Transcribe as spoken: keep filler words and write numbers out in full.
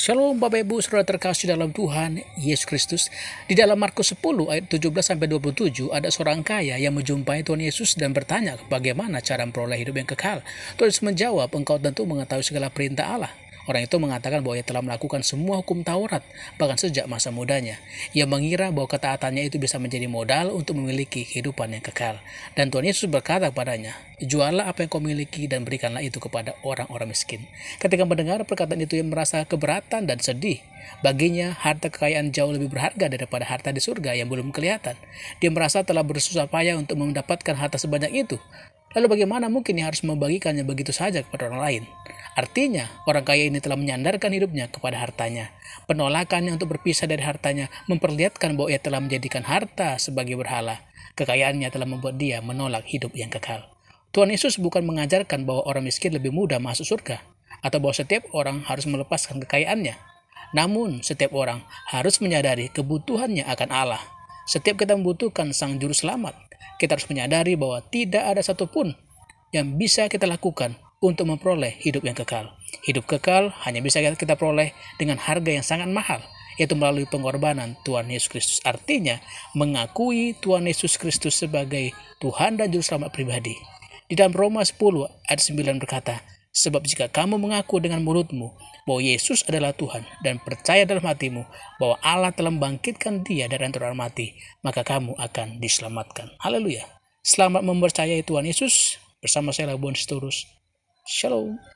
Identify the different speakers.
Speaker 1: Shalom Bapak Ibu Saudara terkasih dalam Tuhan Yesus Kristus. Di dalam Markus sepuluh ayat tujuh belas sampai dua puluh tujuh ada seorang kaya yang menjumpai Tuhan Yesus dan bertanya bagaimana cara memperoleh hidup yang kekal. Tuhan Yesus menjawab, engkau tentu mengetahui segala perintah Allah. Orang itu mengatakan bahwa ia telah melakukan semua hukum Taurat, bahkan sejak masa mudanya. Ia mengira bahwa ketaatannya itu bisa menjadi modal untuk memiliki kehidupan yang kekal. Dan Tuhan Yesus berkata kepadanya, juallah apa yang kau miliki dan berikanlah itu kepada orang-orang miskin. Ketika mendengar perkataan itu, ia merasa keberatan dan sedih. Baginya, harta kekayaan jauh lebih berharga daripada harta di surga yang belum kelihatan. Dia merasa telah bersusah payah untuk mendapatkan harta sebanyak itu. Lalu bagaimana mungkin ia harus membagikannya begitu saja kepada orang lain? Artinya, orang kaya ini telah menyandarkan hidupnya kepada hartanya. Penolakannya untuk berpisah dari hartanya memperlihatkan bahwa ia telah menjadikan harta sebagai berhala. Kekayaannya telah membuat dia menolak hidup yang kekal. Tuhan Yesus bukan mengajarkan bahwa orang miskin lebih mudah masuk surga, atau bahwa setiap orang harus melepaskan kekayaannya. Namun, setiap orang harus menyadari kebutuhannya akan Allah. Setiap kita membutuhkan Sang Juru Selamat, kita harus menyadari bahwa tidak ada satupun yang bisa kita lakukan untuk memperoleh hidup yang kekal. Hidup kekal hanya bisa kita peroleh dengan harga yang sangat mahal, yaitu melalui pengorbanan Tuhan Yesus Kristus. Artinya, mengakui Tuhan Yesus Kristus sebagai Tuhan dan Juru Selamat pribadi. Di dalam Roma sepuluh ayat sembilan berkata, sebab jika kamu mengaku dengan mulutmu bahwa Yesus adalah Tuhan dan percaya dalam hatimu bahwa Allah telah membangkitkan dia dari antara orang mati, maka kamu akan diselamatkan. Haleluya. Selamat mempercayai Tuhan Yesus. Bersama saya Labuan Sitorus. Shalom.